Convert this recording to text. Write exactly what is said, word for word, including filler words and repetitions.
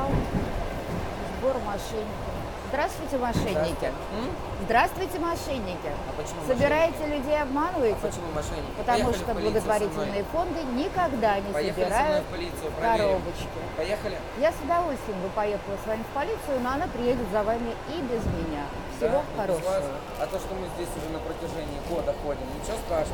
канал «Сбор мошенников». Здравствуйте, мошенники. М? Здравствуйте, мошенники. А почему Собираете мошенники? людей, обманываете? А почему мошенники? Потому Поехали что в полицию со благотворительные мной. фонды никогда не Поехали со мной собирают в полицию, проверим. коробочки. Поехали? Я с удовольствием бы поехала с вами в полицию, но она приедет за вами и без меня. Всего Да, и без вас. хорошего. А то, что мы здесь уже на протяжении года ходим, ничего страшного.